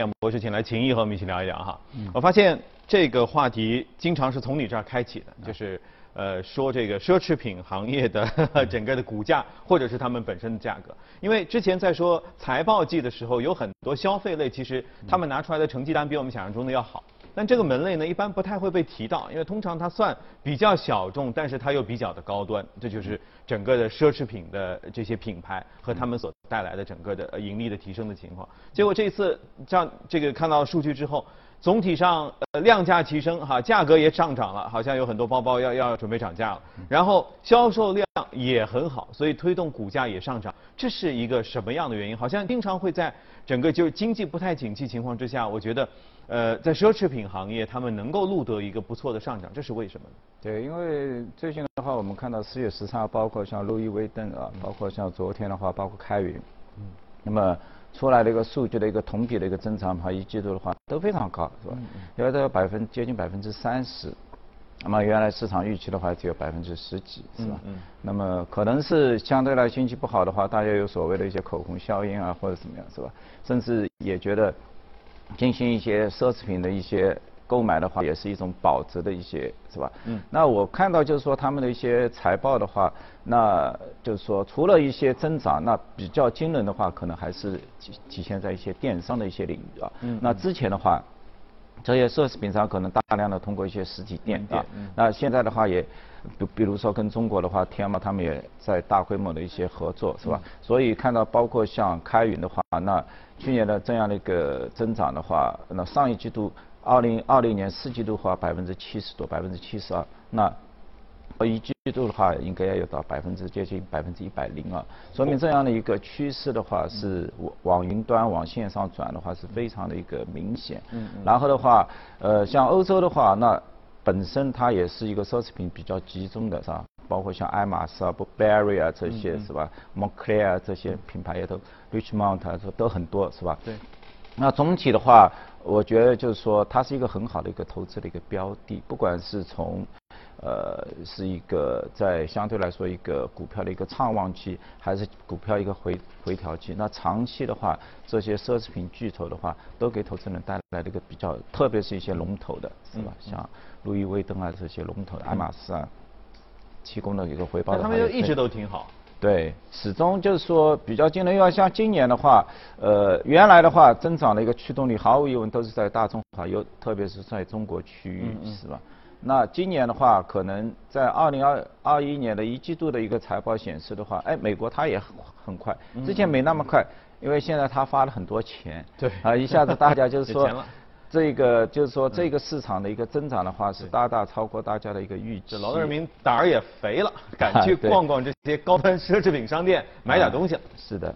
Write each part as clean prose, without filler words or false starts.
博士请来秦毅和我们一起聊一聊哈。我发现这个话题经常是从你这儿开启的，就是说这个奢侈品行业的整个的股价或者是他们本身的价格。因为之前在说财报季的时候，有很多消费类其实他们拿出来的成绩单比我们想象中的要好。但这个门类呢，一般不太会被提到，因为通常它算比较小众，但是它又比较的高端，这就是整个的奢侈品的这些品牌和他们所带来的整个的盈利的提升的情况。结果这一次这个看到数据之后，总体上量价齐升哈，价格也上涨了，好像有很多包包要准备涨价了，然后销售量也很好，所以推动股价也上涨。这是一个什么样的原因？好像经常会在整个就是经济不太景气情况之下，我觉得在奢侈品行业他们能够录得一个不错的上涨，这是为什么呢？ 对，因为最近的话，我们看到4月13号，包括像路易威登啊，包括像昨天的话，包括开云，那么出来的一个数据的一个同比的一个增长的话，一季度的话都非常高，是吧？因为都有接近30%，那么原来市场预期的话只有10%几，是吧？那么可能是相对来经济不好的话，大家有所谓的一些口红效应啊，或者怎么样，是吧？甚至也觉得进行一些奢侈品的一些购买的话，也是一种保值的一些，是吧？那我看到就是说他们的一些财报的话，那就是说除了一些增长，那比较惊人的话，可能还是体现在一些电商的一些领域啊。那之前的话，这些奢侈品商可能大量的通过一些实体店啊，那现在的话也，比如说跟中国的话，天猫他们也在大规模的一些合作，是吧？所以看到包括像开云的话，那去年的这样的一个增长的话，那上一季度2020年4季度的话70%多，72%，那一季度的话应该要有到接近110%啊，说明这样的一个趋势的话是往云端往线上转的话是非常的一个明显。然后的话，像欧洲的话，那本身它也是一个奢侈品比较集中的，是吧？包括像爱马仕啊、Burberry 啊这些，是吧？Moncler 啊这些品牌也都 Richemont 啊都很多，是吧？ 对。 那总体的话，我觉得就是说它是一个很好的一个投资的一个标的，不管是从是一个在相对来说一个股票的一个畅旺期，还是股票一个回调期。那长期的话，这些奢侈品巨头的话，都给投资人带来了一个比较，特别是一些龙头的，是吧？像路易威登啊这些龙头的，爱马仕啊，提供的一个回报的话， 他们就一直都挺好。 对，始终就是说比较惊人。因为像今年的话，原来的话增长的一个驱动力，毫无疑问都是在大众化，特别是在中国区域，是吧？那今年的话，可能在2021年的一季度的一个财报显示的话，美国它也很快，之前没那么快，因为现在它发了很多钱， 对， 一下子大家就是说，这个就是说这个市场的一个增长的话是大大超过大家的一个预期。 这劳动人民胆儿也肥了，敢去逛逛这些高端奢侈品商店，买点东西了。 是的，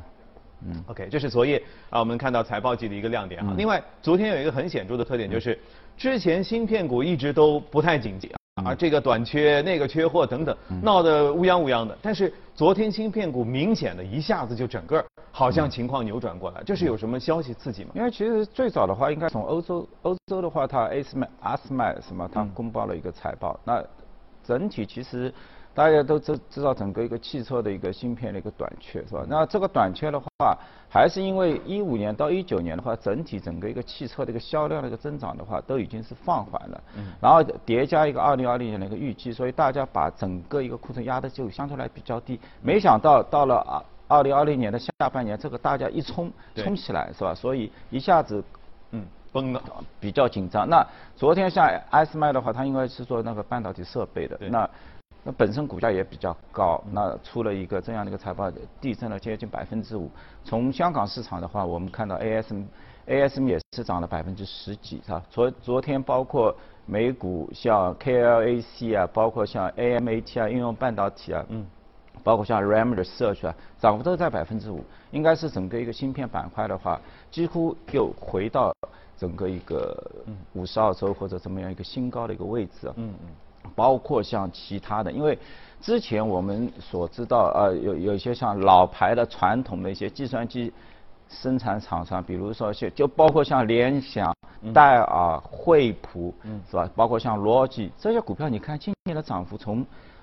OK， 这是昨夜我们看到财报季的一个亮点啊。另外，昨天有一个很显著的特点，就是之前芯片股一直都不太景气啊，这个短缺、那个缺货等等，闹得乌泱乌泱的。但是昨天芯片股明显的一下子就整个好像情况扭转过来，这是有什么消息刺激吗？ 因为其实最早的话，应该从欧洲的话，它 ASML 什么，它公报了一个财报，那整体其实大家都知道整个一个汽车的一个芯片的一个短缺，是吧？那这个短缺的话，还是因为15年到19年的话，整个一个汽车的一个销量的一个增长的话，都已经是放缓了。然后叠加一个2020年的一个预期，所以大家把整个一个库存压的就相对来比较低。没想到到了2020年的下半年，这个大家一冲起来，是吧？所以一下子崩了， 比较紧张。那昨天像ASML的话，它因为是做那个半导体设备的，那本身股价也比较高，那出了一个这样的一个财报，递增了接近5%。从香港市场的话，我们看到 ASM 也是涨了10%几，是吧？昨天包括美股像 KLAC 啊，包括像 AMAT 啊，应用半导体啊，包括像 RAM Research 啊，涨幅都在5%，应该是整个一个芯片板块的话，几乎又回到整个一个52周或者怎么样一个新高的一个位置啊。包括像其他的，因为之前我们所知道有一些像老牌的传统的一些计算机生产厂商，比如说就包括像联想、戴尔、惠普，是吧？包括像罗技这些股票，你看今年的涨幅从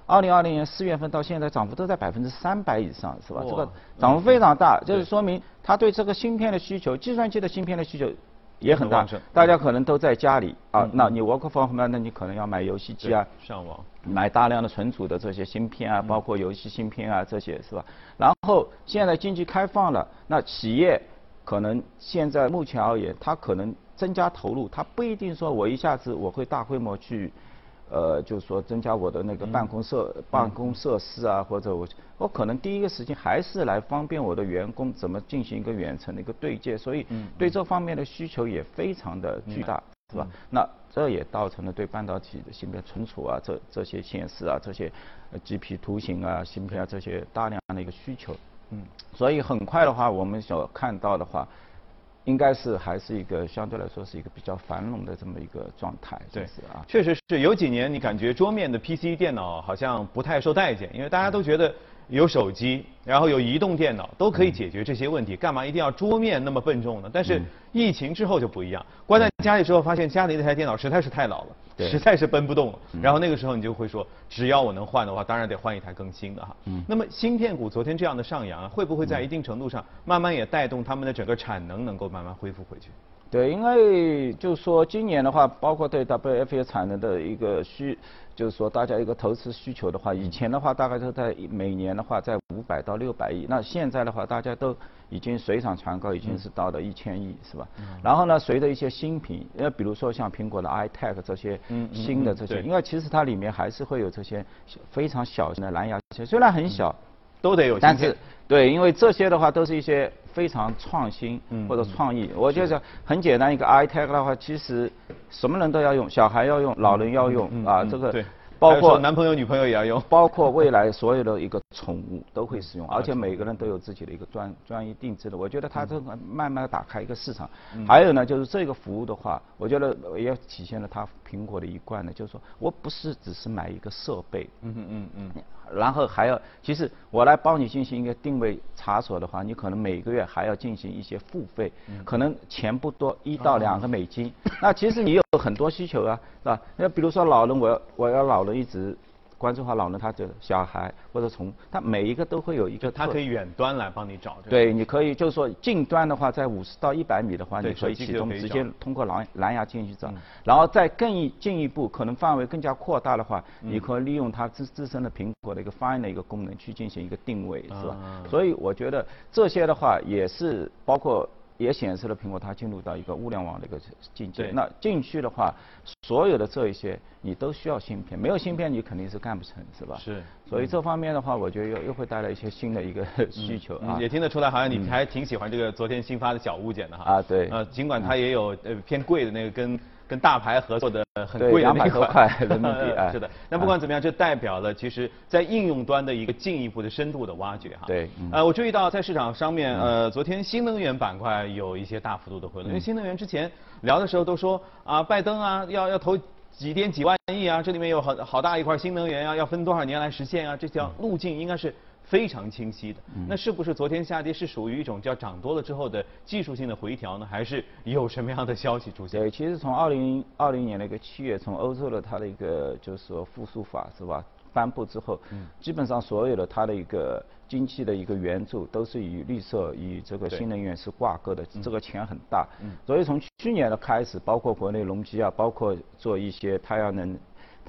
2020年4月份到现在涨幅都在300%以上，是吧？这个涨幅非常大，就是说明它对这个芯片的需求，计算机的芯片的需求也很大。大家可能都在家里啊，那你 work from home，那你可能要买游戏机啊， 上网， 买大量的存储的这些芯片啊，包括游戏芯片啊这些，是吧？然后现在经济开放了，那企业可能现在目前而言，它可能增加投入，它不一定说我一下子我会大规模去，就是说增加我的那个办公设施啊，或者我可能第一个时间还是来方便我的员工怎么进行一个远程的一个对接，所以对这方面的需求也非常的巨大，是吧？那这也造成了对半导体的芯片存储啊，这些显示啊，这些GP 图形啊、芯片啊这些大量的一个需求。所以很快的话，我们所看到的话，应该是还是一个相对来说是一个比较繁荣的这么一个状态。 对， 是啊， 确实是有几年你感觉桌面的 PC 电脑好像不太受待见，因为大家都觉得有手机，然后有移动电脑都可以解决这些问题，干嘛一定要桌面那么笨重呢？但是疫情之后就不一样，关在家里之后发现家里那台电脑实在是太老了。实在是奔不动了，然后那个时候你就会说，只要我能换的话，当然得换一台更新的哈。那么芯片股昨天这样的上扬，会不会在一定程度上慢慢也带动他们的整个产能能够慢慢恢复回去？ 对，因为就是说今年的话，包括对 WFE 产能的一个就是说大家一个投资需求的话，以前的话大概都在每年的话在500到600亿，那现在的话大家都已经水涨船高，已经是到了1000亿，是吧？然后呢，随着一些新品，比如说像苹果的 iTech 这些新的这些，因为其实它里面还是会有这些非常小型的蓝牙线，虽然很小。 都得有芯片， 但是对，因为这些的话都是一些非常创新或者创意。我觉得很简单，一个 iTech 的话，其实什么人都要用，小孩要用，老人要用啊，这个包括男朋友女朋友也要用， 包括未来所有的一个宠物都会使用，而且每个人都有自己的一个专业定制的。我觉得它这个慢慢打开一个市场。还有呢，就是这个服务的话，我觉得也体现了它苹果的一贯呢，就是说我不是只是买一个设备，然后还要，其实我来帮你进行一个定位查索的话，你可能每个月还要进行一些付费，可能钱不多，1到2个美金。那其实你有很多需求啊，是吧？那比如说老人，我要老人一直关注好老人，他的小孩或者宠物，他每一个都会有一个。 他可以远端来帮你找这个。 对，你可以就是说近端的话，在50到100米的话，你可以启动，直接通过蓝牙进去找。然后再更进一步，可能范围更加扩大的话，你可以利用它自身的苹果的一个 Find 的一个功能去进行一个定位，是吧？所以我觉得这些的话也是包括。也显示了苹果它进入到一个物联网的一个境界。那进去的话，所有的这一些你都需要芯片，没有芯片你肯定是干不成，是吧？ 是。 所以这方面的话，我觉得又会带来一些新的一个需求啊。 也听得出来，好像你还挺喜欢这个昨天新发的小物件的哈。 啊，对。 尽管它也有偏贵的那个跟大牌合作的很贵的那 200多块人民币。 是的。那不管怎么样，这代表了其实在应用端的一个进一步的深度的挖掘哈。 对。 我注意到在市场上面，昨天新能源板块有一些大幅度的回落，因为新能源之前聊的时候都说啊，拜登啊要投几万亿啊，这里面有好大一块新能源啊，要分多少年来实现啊，这条路径应该是非常清晰的。那是不是昨天下跌是属于一种叫涨多了之后的技术性的回调呢？还是有什么样的消息出现？ 对，其实从2020年的一个7月，从欧洲的它的一个就是说复苏法是吧颁布之后，基本上所有的它的一个经济的一个援助都是与绿色与这个新能源是挂钩的，这个钱很大。所以从去年的开始，包括国内隆基啊，包括做一些太阳能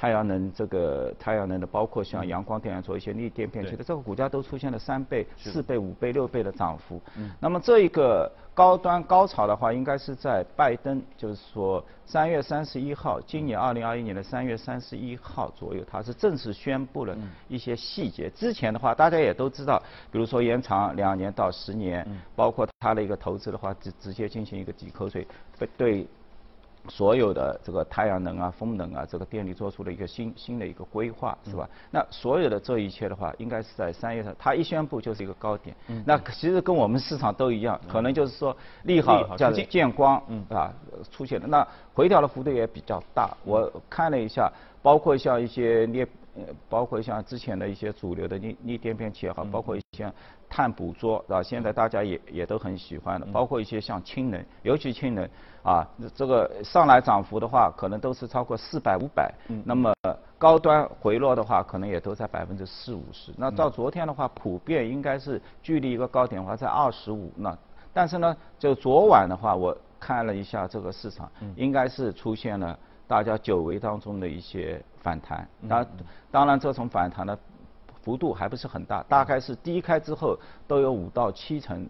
的，包括像阳光电源做一些逆电片，其实这个股价都出现了3倍、4倍、5倍、6倍的涨幅。那么这一个高潮的话，应该是在拜登，就是说3月31号，今年2021年的3月31号左右，他是正式宣布了一些细节。之前的话，大家也都知道，比如说延长2年到10年，包括他的一个投资的话，直接进行一个抵扣税，对。所有的这个太阳能啊、风能啊，这个电力做出了一个新的一个规划，是吧？那所有的这一切的话，应该是在3月上，它一宣布就是一个高点。那其实跟我们市场都一样，可能就是说利好叫见光啊出现了。那回调的幅度也比较大。我看了一下，包括像一些包括像之前的一些主流的逆电片企业好，包括一些碳捕捉啊，现在大家也都很喜欢的，包括一些像氢能，尤其氢能啊，这个上来涨幅的话，可能都是超过400、500。那么高端回落的话，可能也都在40%-50%。那到昨天的话，普遍应该是距离一个高点的话在25%。那但是呢，就昨晚的话，我看了一下这个市场，应该是出现了大家久违当中的一些反弹。当然这种反弹的幅度还不是很大，大概是低开之后都有5到7成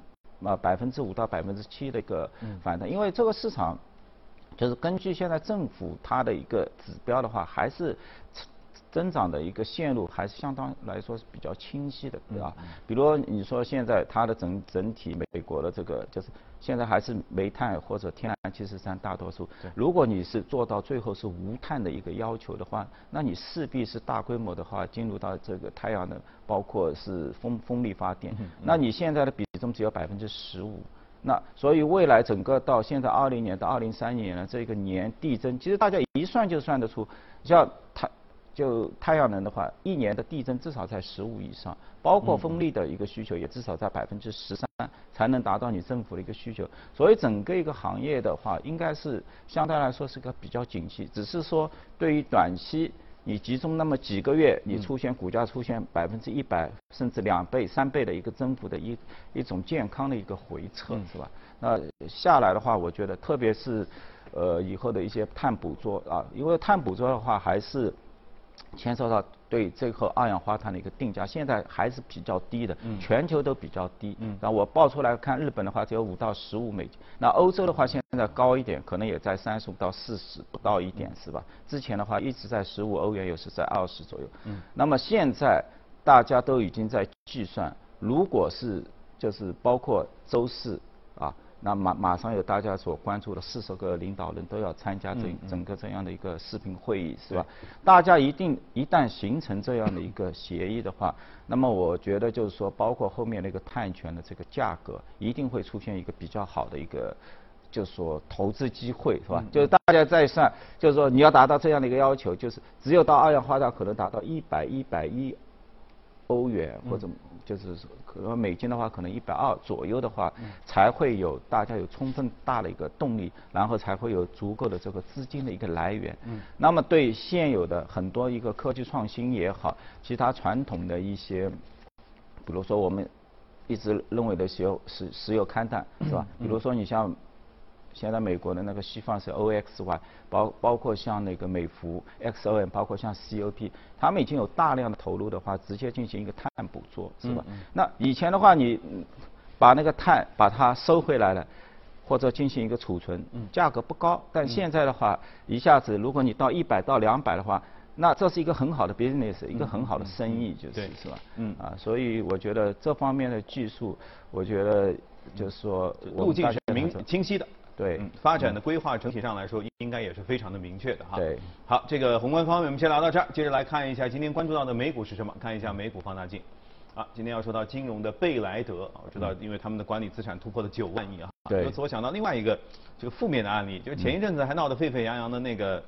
，5%到7%的一个反弹。因为这个市场就是根据现在政府它的一个指标的话，还是增长的一个线路还是相当来说是比较清晰的，对吧？比如你说现在它的整体美国的这个就是现在还是煤炭或者天然气是占大多数。如果你是做到最后是无碳的一个要求的话，那你势必是大规模的话进入到这个太阳能，包括是风力发电。那你现在的比重只有15%。那所以未来整个到现在20年到2030年的这个年递增，其实大家一算就算得出，像太阳能的话，1年的递增至少在15以上，包括风力的一个需求也至少在13%才能达到你政府的一个需求。所以整个一个行业的话，应该是相对来说是个比较景气，只是说对于短期你集中那么几个月，你股价出现100%甚至2倍、3倍的一个增幅的一种健康的一个回撤，是吧？那下来的话，我觉得特别是以后的一些碳捕捉啊，因为碳捕捉的话还是牵涉到对这颗二氧化碳的一个定价，现在还是比较低的，全球都比较低。那我报出来看，日本的话只有5到15美金，那欧洲的话现在高一点，可能也在35到40，不到1点，是吧？之前的话一直在15欧元，有时在20左右。那么现在大家都已经在计算，如果是就是包括周四啊。那马上有大家所关注的40个领导人都要参加整个这样的一个视频会议，是吧？大家一旦形成这样的一个协议的话，那么我觉得就是说，包括后面的一个碳权的这个价格，一定会出现一个比较好的一个，就是说投资机会，是吧？就是大家在算，就是说你要达到这样的一个要求，就是只有到二氧化碳可能达到100-110欧元或者就是可能美金的话，可能120左右的话，才会有大家有充分大的一个动力，然后才会有足够的这个资金的一个来源。那么对现有的很多一个科技创新也好，其他传统的一些，比如说我们一直认为的石油勘探，是吧？比如说你像现在美国的那个西方是 OXY， 包括像那个美孚 XOM， 包括像 COP， 他们已经有大量的投入的话，直接进行一个碳捕捉，是吧？那以前的话，你把那个碳把它收回来了，或者进行一个储存，价格不高。但现在的话，一下子如果你到100到200的话，那这是一个很好的 business， 一个很好的生意，是吧？所以我觉得这方面的技术，我觉得就是说路径是清晰的。 对， 发展的规划整体上来说，应该也是非常的明确的哈。 对， 好，这个宏观方面我们先聊到这儿，接着来看一下今天关注到的美股是什么，看一下美股放大镜。今天要说到金融的贝莱德，我知道，因为他们的管理资产突破了9万亿啊。 对。 由此我想到另外一个这个负面的案例，就是前一阵子还闹得沸沸扬扬的那个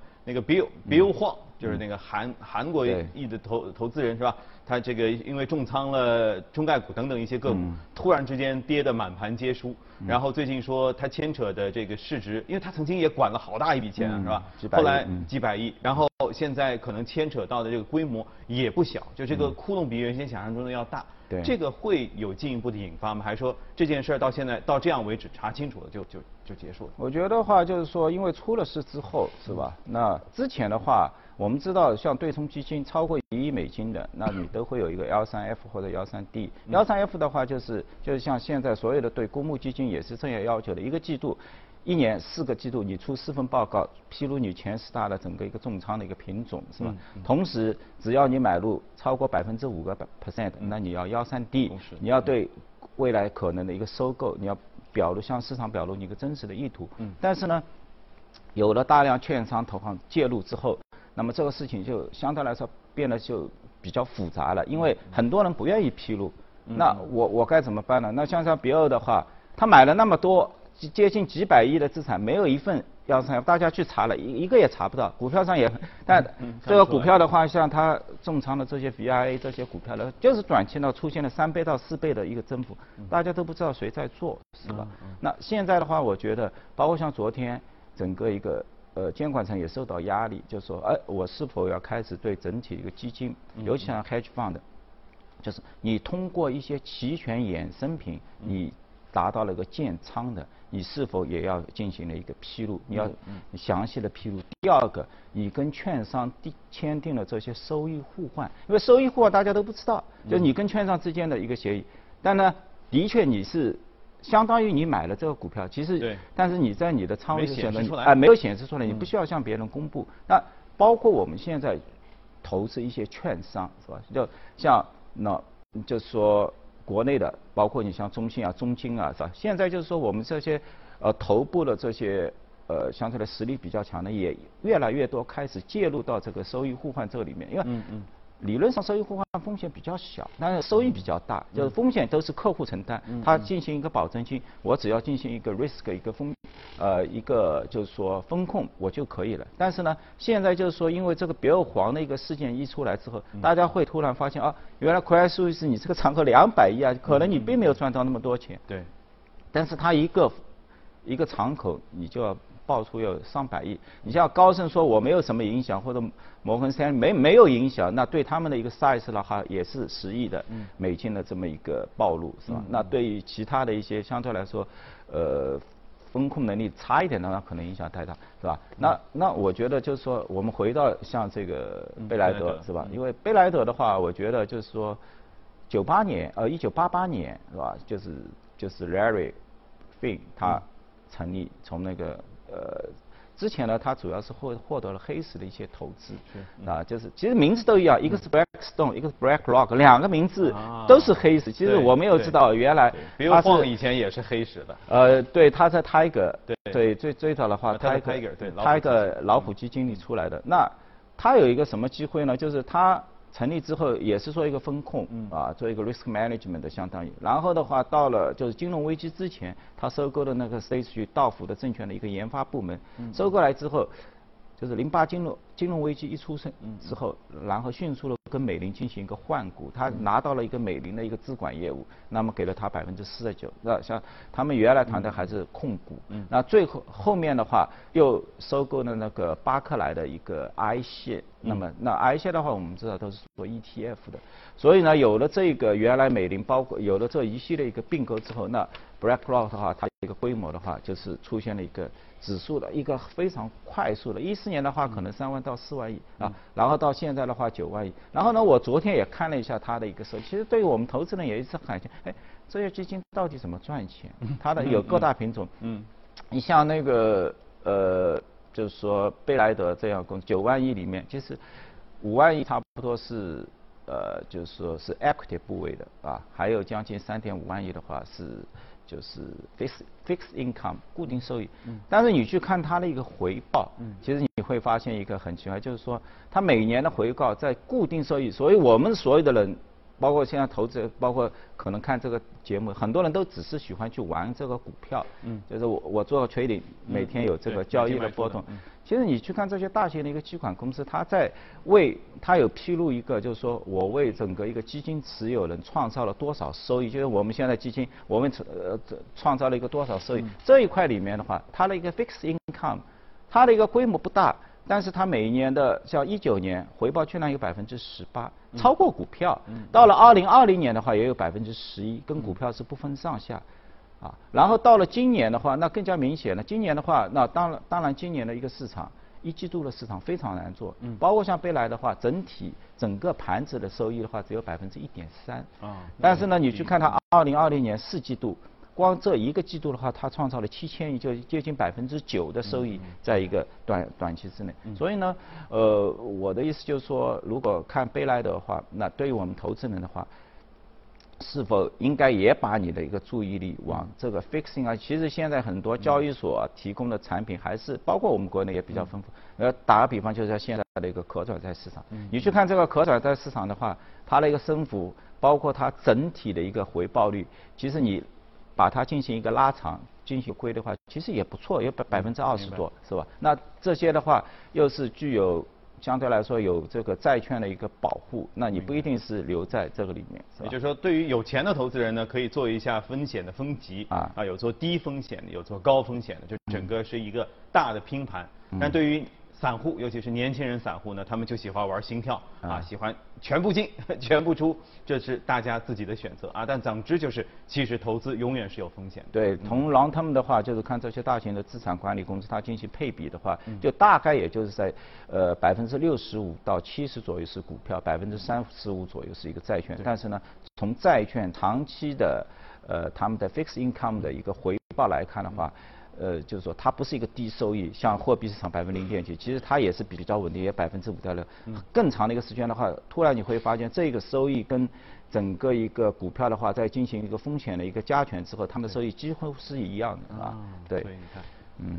Bill Huang， 就是那个韩国裔的投资人是吧？他这个因为重仓了中概股等等一些个股，突然之间跌得满盘皆输。然后最近说他牵扯的这个市值，因为他曾经也管了好大一笔钱是吧？后来几百亿，然后现在可能牵扯到的这个规模也不小，就这个窟窿比原先想象中的要大。 对， 这个会有进一步的引发吗？还是说这件事儿到现在到这样为止查清楚了就结束了？ 我觉得话就是说，因为出了事之后是吧？那之前的话，我们知道像对冲基金超过1亿美金的，那你都会有一个13F 或者13D。13F 的话就是像现在所有的对公募基金也是这样要求的，一个季度。1年4个季度，你出4份报告，披露你前10大的整个一个重仓的一个品种，是吧？同时，只要你买入超过5%，那你要13D，你要对未来可能的一个收购，你要向市场表露你一个真实的意图。但是呢，有了大量券商投行介入之后，那么这个事情就相对来说变得就比较复杂了，因为很多人不愿意披露。那我该怎么办呢？那像比尔的话，他买了那么多。接近几百亿的资产，没有一份13F，大家去查了一个也查不到，股票上也，但这个股票的话，像它重仓的这些 VIA 这些股票呢，就是短期呢出现了3倍到4倍的一个增幅，大家都不知道谁在做，是吧？那现在的话，我觉得包括像昨天整个一个监管层也受到压力，就是说，我是否要开始对整体一个基金，尤其像 hedge fund，就是你通过一些期权衍生品，你达到了一个建仓的，你是否也要进行了一个披露？你要详细的披露。第二个，你跟券商签订了这些收益互换，因为收益互换大家都不知道，就是你跟券商之间的一个协议。但呢，的确你是相当于你买了这个股票，其实但是你在你的仓位显示出来，没有显示出来，你不需要向别人公布。那包括我们现在投资一些券商，是吧？就像就是说国内的，包括你像中信啊、中金啊，是吧？现在就是说我们这些头部的这些相对来实力比较强的，也越来越多开始介入到这个收益互换这里面，因为理论上收益互换风险比较小，但是收益比较大，就是风险都是客户承担，他进行一个保证金，我只要进行一个 risk 一个就是说风控我就可以了。但是呢，现在就是说因为这个别有黄的一个事件一出来之后，大家会突然发现原来 Credit Suisse 你这个敞口200亿啊，可能你并没有赚到那么多钱。 对。 但是它一个敞口你就要爆出有上百亿，你像高盛说我没有什么影响，或者摩根斯坦利没有影响，那对他们的一个 size 的话也是10亿的美金的这么一个暴露，是吧？那对于其他的一些相对来说，风控能力差一点的话，可能影响太大，是吧？那我觉得就是说，我们回到像这个贝莱德，是吧？因为贝莱德的话，我觉得就是说，1988年是吧？就是 Larry Fink 他成立，从那个之前呢，他主要是获得了黑石的一些投资，就是其实名字都一样，一个是 Blackstone， 一个是 BlackRock， 2个名字都是黑石。其实我没有知道原来他是以前也是黑石的。 对，他在 Tiger， 对，最早的话 ，Tiger 对 ，Tiger 老虎基金里出来的。那他有一个什么机会呢？就是他成立之后也是做一个风控，做一个 risk management 的相当于。然后的话，到了就是金融危机之前，他收购的那个类似于道孚的证券的一个研发部门，收购来之后，就是08金融危机一出生之后，然后迅速的跟美林进行一个换股，他拿到了一个美林的一个资管业务，那么给了他49%。那像他们原来团队还是控股，那最后面的话又收购了那个巴克莱的一个 iShares，那么那 iShares的话我们知道都是做 ETF 的，所以呢有了这个原来美林包括有了这一系列一个并购之后，那 BlackRock 的话它一个规模的话就是出现了一个指数的一个非常快速的，14年的话可能3万到4万亿然后到现在的话9万亿。然后呢，我昨天也看了一下它的一个收益，其实对于我们投资人也一直很这些基金到底怎么赚钱？它的有各大品种，你像那个就是说贝莱德这样公司9万亿里面，其实5万亿差不多是就是说是 equity 部位的还有将近3.5万亿的话是就是 fixed income 固定收益，但是你去看它的一个回报，其实你会发现一个很奇怪，就是说它每年的回报在固定收益，所以我们所有的人，包括现在投资，包括可能看这个节目，很多人都只是喜欢去玩这个股票，就是我做 trading， 每天有这个交易的波动。其实你去看这些大型的一个期款公司，它有披露一个，就是说我为整个一个基金持有人创造了多少收益，就是我们现在基金我们创造了一个多少收益，这一块里面的话，它的一个 fixed income， 它的一个规模不大，但是它每一年的像19年回报居然有18%，超过股票。到了2020年的话也有11%，跟股票是不分上下。然后到了今年的话，那更加明显了。今年的话，那当然今年的一个市场，1季度的市场非常难做。包括像贝莱的话，整个盘子的收益的话只有1.3%。但是呢，你去看它2020年4季度，光这一个季度的话，它创造了7000亿，就接近9%的收益，在一个短期之内。所以呢，我的意思就是说，如果看贝莱德的话，那对于我们投资人的话，是否应该也把你的一个注意力往这个 fixing 其实现在很多交易所提供的产品还是包括我们国内也比较丰富。打个比方，就是像现在的一个可转债市场，你去看这个可转债市场的话，它的一个升幅，包括它整体的一个回报率，其实你把它进行一个拉长，进行规的话，其实也不错，有20%多，是吧？那这些的话又是具有相对来说有这个债券的一个保护，那你不一定是留在这个里面，是吧？ 也就是说，对于有钱的投资人呢，可以做一下风险的分级有做低风险的，有做高风险的，就整个是一个大的拼盘。但对于散户，尤其是年轻人散户呢，他们就喜欢玩心跳喜欢全部进全部出，这是大家自己的选择但总之就是，其实投资永远是有风险的。 对，从 long term 的话，就是看这些大型的资产管理公司，它进行配比的话，就大概也就是在65%到70%左右是股票，35%左右是一个债券。但是呢，从债券长期的他们的 fixed income 的一个回报来看的话。就是说它不是一个低收益，像货币市场0.7%，其实它也是比较稳定，也5.6%。更长的一个时间的话，突然你会发现这个收益跟整个一个股票的话，在进行一个风险的一个加权之后，它们的收益几乎是一样的对。 所以你看。